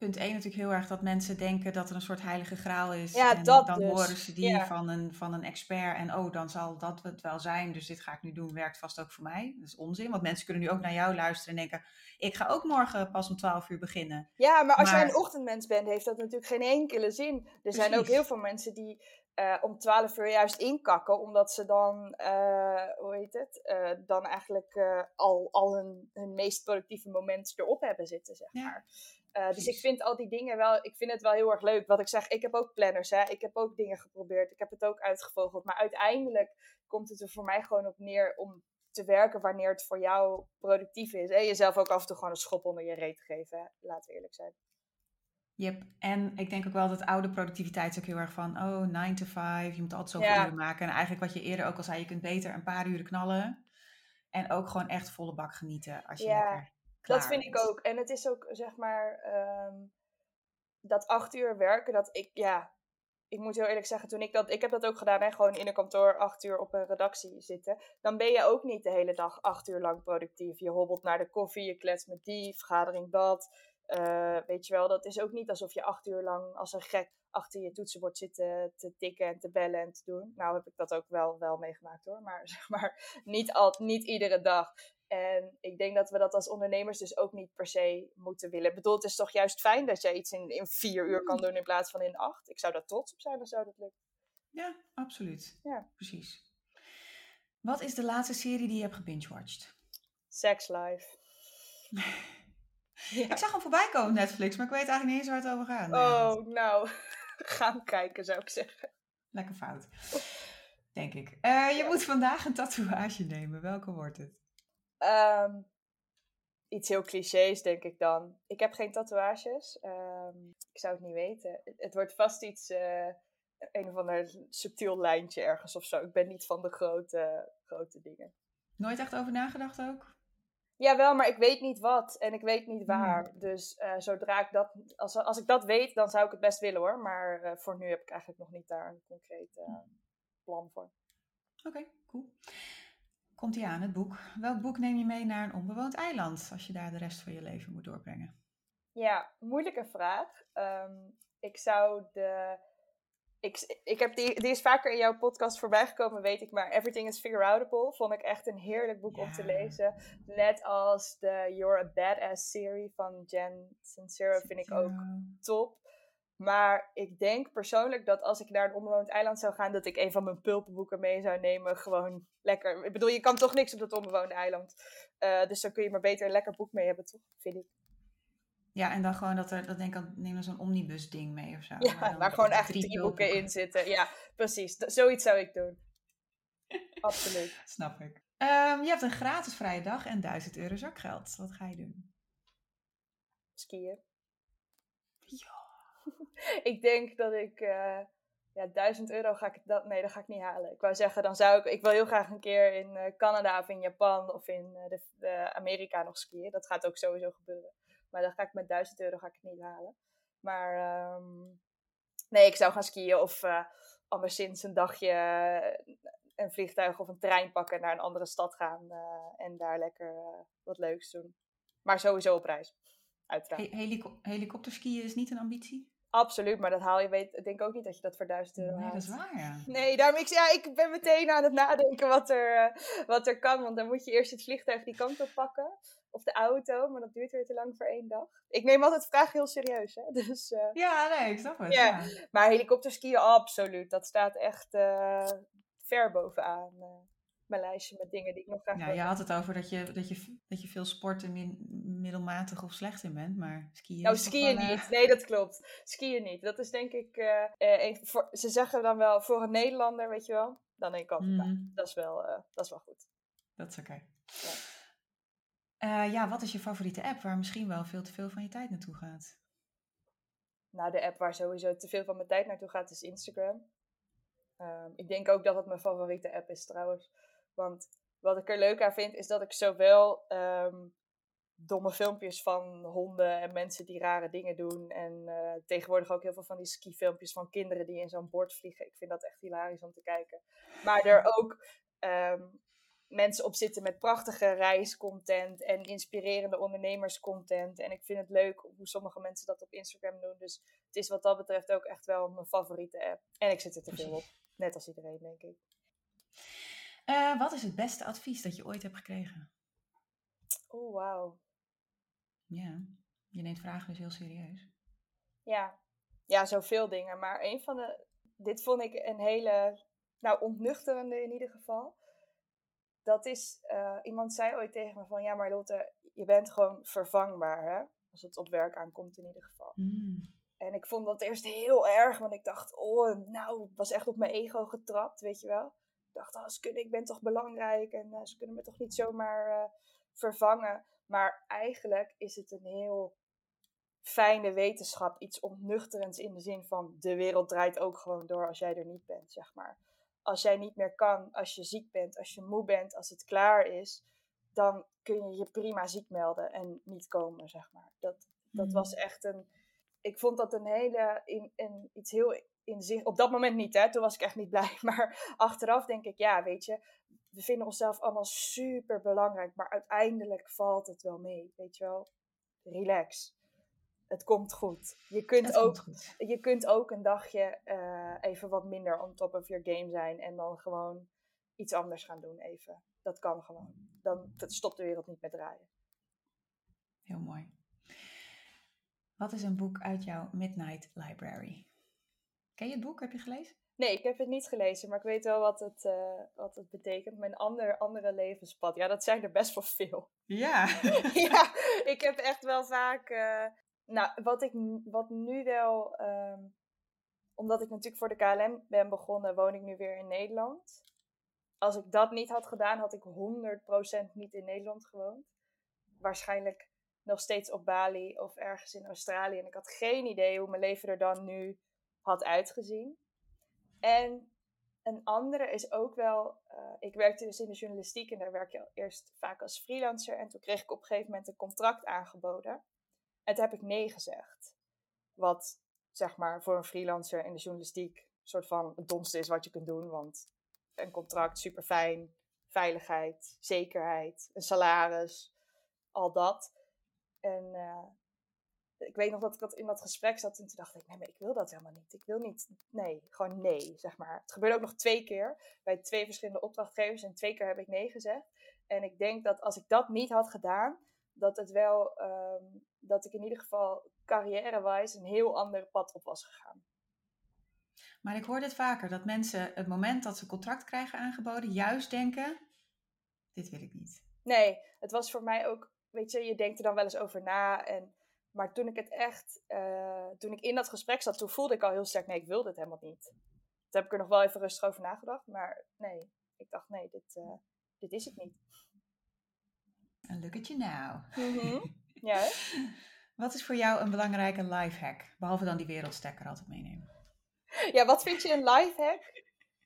punt één natuurlijk heel erg dat mensen denken dat er een soort heilige graal is. Ja, En dat dan horen dus. ze die Ja. van een, van een expert. En oh, dan zal dat het wel zijn. Dus dit ga ik nu doen, werkt vast ook voor mij. Dat is onzin. Want mensen kunnen nu ook naar jou luisteren en denken, ik ga ook morgen pas om twaalf uur beginnen. Ja, maar als jij een Maar ochtendmens bent, heeft dat natuurlijk geen enkele zin. Er zijn ook heel precies. veel mensen die eh, om twaalf uur juist inkakken, omdat ze dan, eh, hoe heet het, eh, dan eigenlijk eh, al, al hun, hun meest productieve moment erop hebben zitten, zeg Ja, maar. Eh, dus ik precies. vind al die dingen wel, ik vind het wel heel erg leuk. Wat ik zeg, ik heb ook planners, hè. Ik heb ook dingen geprobeerd. Ik heb het ook uitgevogeld. Maar uiteindelijk komt het er voor mij gewoon op neer om te werken wanneer het voor jou productief is. En jezelf ook af en toe gewoon een schop onder je reet te geven, hè. Laten we eerlijk zijn. Yep. En ik denk ook wel dat oude productiviteit is ook heel erg van, oh, nine to five, je moet altijd zoveel Ja. uren maken. En eigenlijk wat je eerder ook al zei, je kunt beter een paar uren knallen. En ook gewoon echt volle bak genieten als je Ja, lekker dat klaar vind ik bent. ook. En het is ook, zeg maar, ehm, dat acht uur werken, dat ik, ja, ik moet heel eerlijk zeggen, toen ik dat, ik heb dat ook gedaan, hè, gewoon in een kantoor acht uur op een redactie zitten. Dan ben je ook niet de hele dag acht uur lang productief. Je hobbelt naar de koffie, je klets met die, vergadering dat. Eh, weet je wel, dat is ook niet alsof je acht uur lang als een gek achter je toetsenbord zit te, te tikken en te bellen en te doen. Nou heb ik dat ook wel, wel meegemaakt hoor, maar zeg maar niet, al, niet iedere dag. En ik denk dat we dat als ondernemers dus ook niet per se moeten willen. Ik bedoel, het is toch juist fijn dat jij iets in, in vier uur kan doen in plaats van in acht. Ik zou daar trots op zijn als zou dat lukken. Ja, absoluut. Ja. Precies. Wat is de laatste serie die je hebt gebingewatcht? Sex Life. Ja. Ik zag hem voorbij komen op Netflix, maar ik weet eigenlijk niet eens waar het over gaat. Oh, nou. Gaan kijken zou ik zeggen. Lekker fout. Denk ik. Uh, je Ja. moet vandaag een tatoeage nemen. Welke wordt het? Um, iets heel clichés, denk ik dan. Ik heb geen tatoeages. Um, ik zou het niet weten. Het, het wordt vast iets... Uh, een of ander subtiel lijntje ergens of zo. Ik ben niet van de grote, grote dingen. Nooit echt over nagedacht ook? Jawel, maar ik weet niet wat. En ik weet niet waar. Hmm. Dus uh, zodra ik dat... Als, als ik dat weet, dan zou ik het best willen hoor. Maar uh, voor nu heb ik eigenlijk nog niet daar een concreet uh, plan voor. Oké, okay, cool. Komt ie aan, het boek. Welk boek neem je mee naar een onbewoond eiland als je daar de rest van je leven moet doorbrengen? Ja, moeilijke vraag. Um, ik zou de... Ik, ik heb die, die is vaker in jouw podcast voorbij gekomen, weet ik. Maar Everything is Figure-outable vond ik echt een heerlijk boek ja. om te lezen. Net als de You're a Badass serie van Jen Sincero vind ik ook top. Maar ik denk persoonlijk dat als ik naar een onbewoond eiland zou gaan, dat ik een van mijn pulpenboeken mee zou nemen. Gewoon lekker. Ik bedoel, je kan toch niks op dat onbewoonde eiland. Uh, dus dan kun je maar beter een lekker boek mee hebben, toch? Vind ik. Ja, en dan gewoon dat er, dat denk ik, neem dan zo'n omnibus ding mee of zo. Ja, waar, waar gewoon eigenlijk drie boeken in zitten. Ja, precies. D- zoiets zou ik doen. Absoluut. Snap ik. Um, je hebt een gratis vrije dag en duizend euro zakgeld. Wat ga je doen? Skiën. Ja. Ik denk dat ik... Uh, ja, duizend euro ga ik... Dat, nee, dat ga ik niet halen. Ik wou zeggen, dan zou ik... Ik wil heel graag een keer in uh, Canada of in Japan of in uh, de, de Amerika nog skiën. Dat gaat ook sowieso gebeuren. Maar dan ga ik met duizend euro ga ik het niet halen. Maar um, nee, ik zou gaan skiën of uh, anderszins een dagje uh, een vliegtuig of een trein pakken naar een andere stad gaan. Uh, en daar lekker uh, wat leuks doen. Maar sowieso op reis. Uiteraard. He- helico- helikopterskiën is niet een ambitie? Absoluut, maar dat haal je, weet, ik denk ook niet dat je dat voor duizend euro nee, haalt. Nee, dat is waar, ja. Nee, daarom, ik, ja, ik ben meteen aan het nadenken wat er, uh, wat er kan. Want dan moet je eerst het vliegtuig die kant op pakken. Of de auto, maar dat duurt weer te lang voor één dag. Ik neem altijd vragen heel serieus, hè. Dus, uh, ja, nee, ik snap het. Ja, ja. Maar helikopterskiën, absoluut. Dat staat echt uh, ver bovenaan uh, mijn lijstje met dingen die ik nog graag ja, wil. Je had het over dat je, dat je, dat je veel sporten min, middelmatig of slecht in bent, maar skiën Nou, is skiën toch wel, niet. Uh... Nee, dat klopt. Skiën niet. Dat is denk ik... Uh, uh, een, voor, ze zeggen dan wel, voor een Nederlander, weet je wel, dan een kant. Mm. Dat is wel, uh, dat is wel goed. Dat is oké. Okay. Ja. Uh, ja, wat is je favoriete app waar misschien wel veel te veel van je tijd naartoe gaat? Nou, de app waar sowieso te veel van mijn tijd naartoe gaat is Instagram. Um, ik denk ook dat het mijn favoriete app is trouwens. Want wat ik er leuk aan vind, is dat ik zowel um, domme filmpjes van honden en mensen die rare dingen doen. En uh, tegenwoordig ook heel veel van die skifilmpjes van kinderen die in zo'n bord vliegen. Ik vind dat echt hilarisch om te kijken. Maar er ook... Um, mensen op zitten met prachtige reiscontent en inspirerende ondernemerscontent. En ik vind het leuk hoe sommige mensen dat op Instagram doen. Dus het is wat dat betreft ook echt wel mijn favoriete app. En ik zit er te veel op. Net als iedereen, denk ik. Uh, wat is het beste advies dat je ooit hebt gekregen? Oeh, wauw. Ja, je neemt vragen dus heel serieus. Ja. ja, zoveel dingen. Maar een van de... Dit vond ik een hele... Nou, ontnuchterende in ieder geval. Dat is... Uh, iemand zei ooit tegen me van... Ja, maar Lotte, je bent gewoon vervangbaar, hè? Als het op werk aankomt in ieder geval. Mm. En ik vond dat eerst heel erg. Want ik dacht... Oh, nou, ik was echt op mijn ego getrapt, weet je wel. Ik dacht, oh, ze kunnen, ik ben toch belangrijk. En uh, ze kunnen me toch niet zomaar uh, vervangen. Maar eigenlijk is het een heel... fijne wetenschap, iets ontnuchterends in de zin van de wereld draait ook gewoon door als jij er niet bent, zeg maar. Als jij niet meer kan, als je ziek bent, als je moe bent, als het klaar is, dan kun je je prima ziek melden en niet komen, zeg maar. Dat, dat Mm. was echt een... Ik vond dat een hele... In, in, iets heel inzicht... Op dat moment niet, hè. Toen was ik echt niet blij. Maar achteraf denk ik, ja, weet je... We vinden onszelf allemaal super belangrijk, maar uiteindelijk valt het wel mee, weet je wel. Relax. Het komt goed. Je kunt, Het ook, komt goed. je kunt ook een dagje uh, even wat minder on top of your game zijn. En dan gewoon iets anders gaan doen even. Dat kan gewoon. Dan stopt de wereld niet met draaien. Heel mooi. Wat is een boek uit jouw Midnight Library? Ken je het boek? Heb je gelezen? Nee, ik heb het niet gelezen. Maar ik weet wel wat het, uh, wat het betekent. Mijn ander, andere levenspad. Ja, dat zijn er best wel veel. Ja. Ja, ik heb echt wel vaak... Uh, Nou, wat, ik, wat nu wel, um, omdat ik natuurlijk voor de K L M ben begonnen, woon ik nu weer in Nederland. Als ik dat niet had gedaan, had ik honderd procent niet in Nederland gewoond. Waarschijnlijk nog steeds op Bali of ergens in Australië. En ik had geen idee hoe mijn leven er dan nu had uitgezien. En een andere is ook wel, uh, ik werkte dus in de journalistiek en daar werk je eerst vaak als freelancer. En toen kreeg ik op een gegeven moment een contract aangeboden. En toen heb ik nee gezegd. Wat, zeg maar, voor een freelancer in de journalistiek een soort van het domste is wat je kunt doen. Want een contract, super fijn, veiligheid, zekerheid, een salaris, al dat. En uh, ik weet nog dat ik dat in dat gesprek zat en toen dacht ik, nee, maar ik wil dat helemaal niet. Ik wil niet, nee, gewoon nee, zeg maar. Het gebeurde ook nog twee keer bij twee verschillende opdrachtgevers en twee keer heb ik nee gezegd. En ik denk dat als ik dat niet had gedaan, dat het wel, um, dat ik in ieder geval carrière-wise een heel ander pad op was gegaan. Maar ik hoor dit vaker, dat mensen het moment dat ze een contract krijgen aangeboden, juist denken, dit wil ik niet. Nee, het was voor mij ook, weet je, je denkt er dan wel eens over na. En, maar toen ik het echt, uh, toen ik in dat gesprek zat, toen voelde ik al heel sterk, nee, ik wil dit helemaal niet. Toen heb ik er nog wel even rustig over nagedacht, maar nee, ik dacht, nee, dit, uh, dit is het niet. And look at you now. Mm-hmm. Ja, hè? Wat is voor jou een belangrijke lifehack? Behalve dan die wereldstekker altijd meenemen. Ja, wat vind je een lifehack?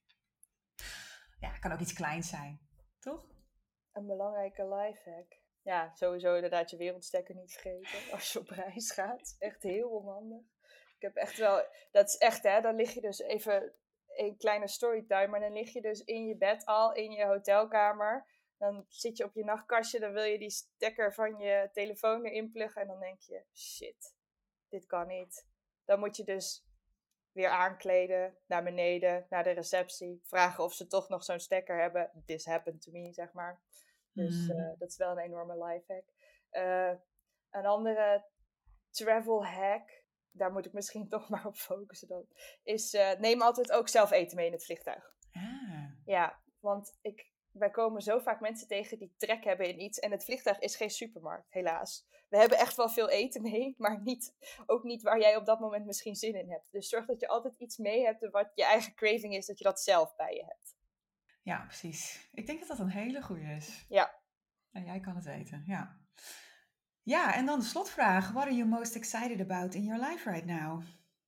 Ja, kan ook iets kleins zijn, toch? Een belangrijke lifehack. Ja, sowieso inderdaad je wereldstekker niet vergeten als je op reis gaat. Echt heel onhandig. Ik heb echt wel, dat is echt hè, dan lig je dus even, een kleine storytime, maar dan lig je dus in je bed al, in je hotelkamer. Dan zit je op je nachtkastje, dan wil je die stekker van je telefoon erin pluggen en dan denk je, shit, dit kan niet. Dan moet je dus weer aankleden, naar beneden, naar de receptie, vragen of ze toch nog zo'n stekker hebben. This happened to me, zeg maar. Dus uh, dat is wel een enorme lifehack. Uh, een andere travel hack, daar moet ik misschien toch maar op focussen dan, is uh, neem altijd ook zelf eten mee in het vliegtuig. Ah. Ja, want ik, wij komen zo vaak mensen tegen die trek hebben in iets en het vliegtuig is geen supermarkt, helaas. We hebben echt wel veel eten mee, maar niet, ook niet waar jij op dat moment misschien zin in hebt. Dus zorg dat je altijd iets mee hebt en wat je eigen craving is, dat je dat zelf bij je hebt. Ja, precies. Ik denk dat dat een hele goede is. Ja. En jij kan het weten, ja. Ja, en dan de slotvraag. What are you most excited about in your life right now?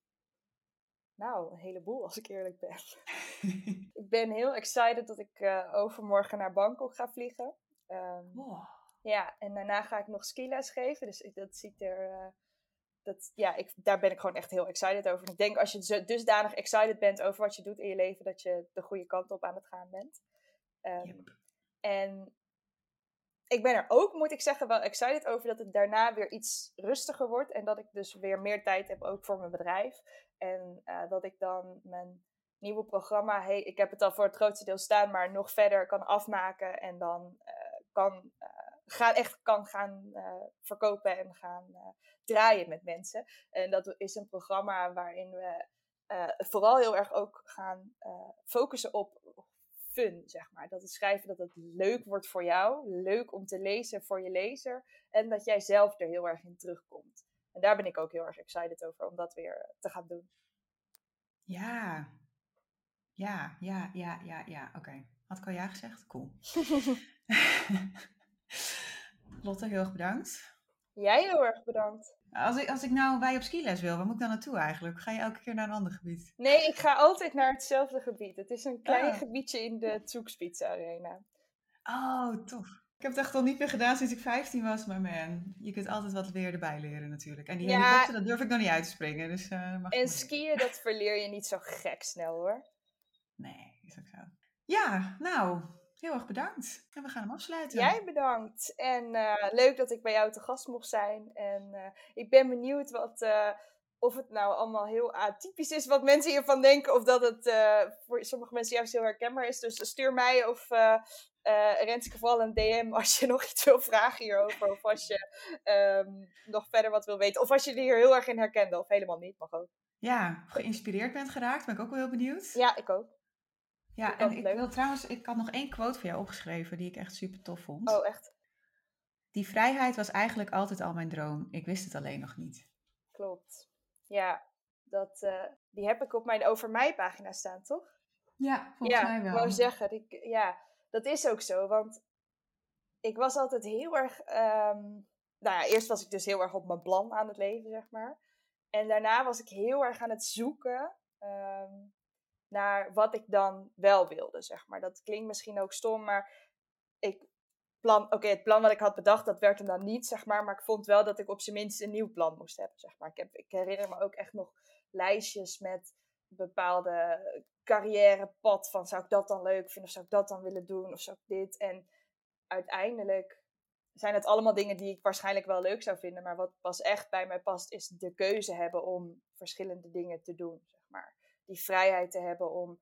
Nou, een heleboel als ik eerlijk ben. Ik ben heel excited dat ik uh, overmorgen naar Bangkok ga vliegen. Um, wow. Ja, en daarna ga ik nog skiles geven. Dus ik, dat ziet er... Uh, dat, ja, ik, daar ben ik gewoon echt heel excited over. En ik denk als je dusdanig excited bent over wat je doet in je leven, dat je de goede kant op aan het gaan bent. Um, yep. En ik ben er ook, moet ik zeggen, wel excited over dat het daarna weer iets rustiger wordt. En dat ik dus weer meer tijd heb ook voor mijn bedrijf. En uh, dat ik dan mijn nieuwe programma, hey, ik heb het al voor het grootste deel staan, maar nog verder kan afmaken. En dan uh, kan, uh, gaan, echt kan gaan uh, verkopen en gaan uh, draaien met mensen. En dat is een programma waarin we uh, vooral heel erg ook gaan uh, focussen op fun, zeg maar. Dat het schrijven, dat het leuk wordt voor jou. Leuk om te lezen voor je lezer. En dat jij zelf er heel erg in terugkomt. En daar ben ik ook heel erg excited over om dat weer te gaan doen. Ja. Ja, ja, ja, ja, ja. Oké. Okay. Had ik al ja gezegd? Cool. Lotte, heel erg bedankt. Jij heel erg bedankt. Als ik, als ik nou bij op skiles wil, waar moet ik dan naartoe eigenlijk? Ga je elke keer naar een ander gebied? Nee, ik ga altijd naar hetzelfde gebied. Het is een klein oh. gebiedje in de Zugspitze Arena. Oh, tof. Ik heb het echt al niet meer gedaan sinds ik vijftien was, maar man, je kunt altijd wat weer erbij leren natuurlijk. En die ja, helikopter, dat durf ik nog niet uit te springen. Dus, uh, mag en skiën, dat verleer je niet zo gek snel hoor. Nee, is ook zo. Ja, nou, heel erg bedankt. En we gaan hem afsluiten. Jij bedankt. En uh, leuk dat ik bij jou te gast mocht zijn. En uh, ik ben benieuwd wat, uh, of het nou allemaal heel atypisch is wat mensen hiervan denken. Of dat het uh, voor sommige mensen juist heel herkenbaar is. Dus stuur mij of uh, uh, Renske vooral een D M als je nog iets wil vragen hierover. Of als je um, nog verder wat wil weten. Of als je er hier heel erg in herkende. Of helemaal niet, mag ook. Ja, geïnspireerd bent geraakt. Ben ik ook wel heel benieuwd. Ja, ik ook. Ja, ik en ik leuk. wil trouwens, ik had nog één quote voor jou opgeschreven die ik echt super tof vond. Oh, echt? Die vrijheid was eigenlijk altijd al mijn droom. Ik wist het alleen nog niet. Klopt. Ja, dat, uh, die heb ik op mijn Over Mij pagina staan, toch? Ja, volgens ja, mij wel. Ik wou zeggen, ik, ja, dat is ook zo. Want ik was altijd heel erg... Um, nou ja, eerst was ik dus heel erg op mijn plan aan het leven, zeg maar. En daarna was ik heel erg aan het zoeken... Um, naar wat ik dan wel wilde, zeg maar. Dat klinkt misschien ook stom, maar ik plan, oké, okay, het plan wat ik had bedacht, dat werd hem dan niet, zeg maar. Maar ik vond wel dat ik op zijn minst een nieuw plan moest hebben, zeg maar. Ik, heb, ik herinner me ook echt nog lijstjes met bepaalde carrièrepad van, zou ik dat dan leuk vinden, of zou ik dat dan willen doen, of zou ik dit. En uiteindelijk zijn het allemaal dingen die ik waarschijnlijk wel leuk zou vinden, maar wat pas echt bij mij past, is de keuze hebben om verschillende dingen te doen, zeg maar. Die vrijheid te hebben om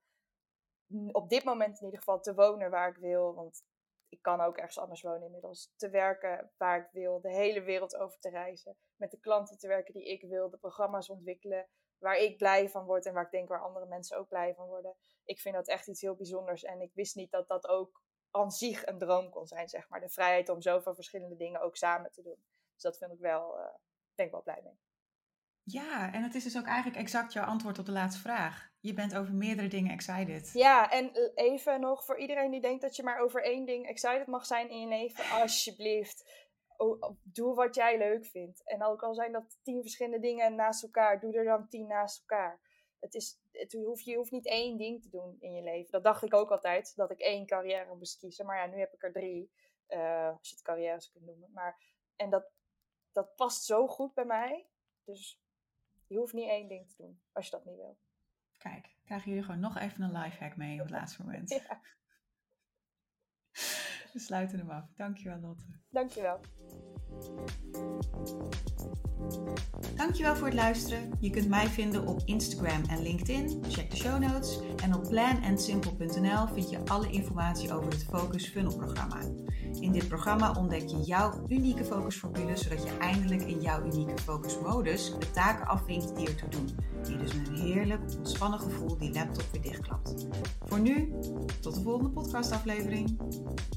op dit moment in ieder geval te wonen waar ik wil. Want ik kan ook ergens anders wonen inmiddels. Te werken waar ik wil. De hele wereld over te reizen. Met de klanten te werken die ik wil. De programma's ontwikkelen waar ik blij van word. En waar ik denk waar andere mensen ook blij van worden. Ik vind dat echt iets heel bijzonders. En ik wist niet dat dat ook aan zich een droom kon zijn, zeg maar. De vrijheid om zoveel verschillende dingen ook samen te doen. Dus dat vind ik wel, uh, denk ik wel blij mee. Ja, en het is dus ook eigenlijk exact jouw antwoord op de laatste vraag. Je bent over meerdere dingen excited. Ja, en even nog voor iedereen die denkt dat je maar over één ding excited mag zijn in je leven. Alsjeblieft, doe wat jij leuk vindt. En ook al zijn dat tien verschillende dingen naast elkaar, doe er dan tien naast elkaar. Het is, het hoeft, je hoeft niet één ding te doen in je leven. Dat dacht ik ook altijd, dat ik één carrière moest kiezen. Maar ja, nu heb ik er drie, uh, als je het carrières kunt noemen. Maar, en dat, dat past zo goed bij mij. Dus je hoeft niet één ding te doen, als je dat niet wil. Kijk, krijgen jullie gewoon nog even een lifehack mee op het laatste moment. Ja. We sluiten hem af. Dankjewel, Lotte. Dankjewel. Dankjewel voor het luisteren. Je kunt mij vinden op Instagram en LinkedIn. Check de show notes. En op plan and simple punt n l vind je alle informatie over het Focus Funnel programma. In dit programma ontdek je jouw unieke focusformule, zodat je eindelijk in jouw unieke focusmodus de taken afvinkt die ertoe doen. Die dus met een heerlijk, ontspannen gevoel die laptop weer dichtklapt. Voor nu, tot de volgende podcastaflevering.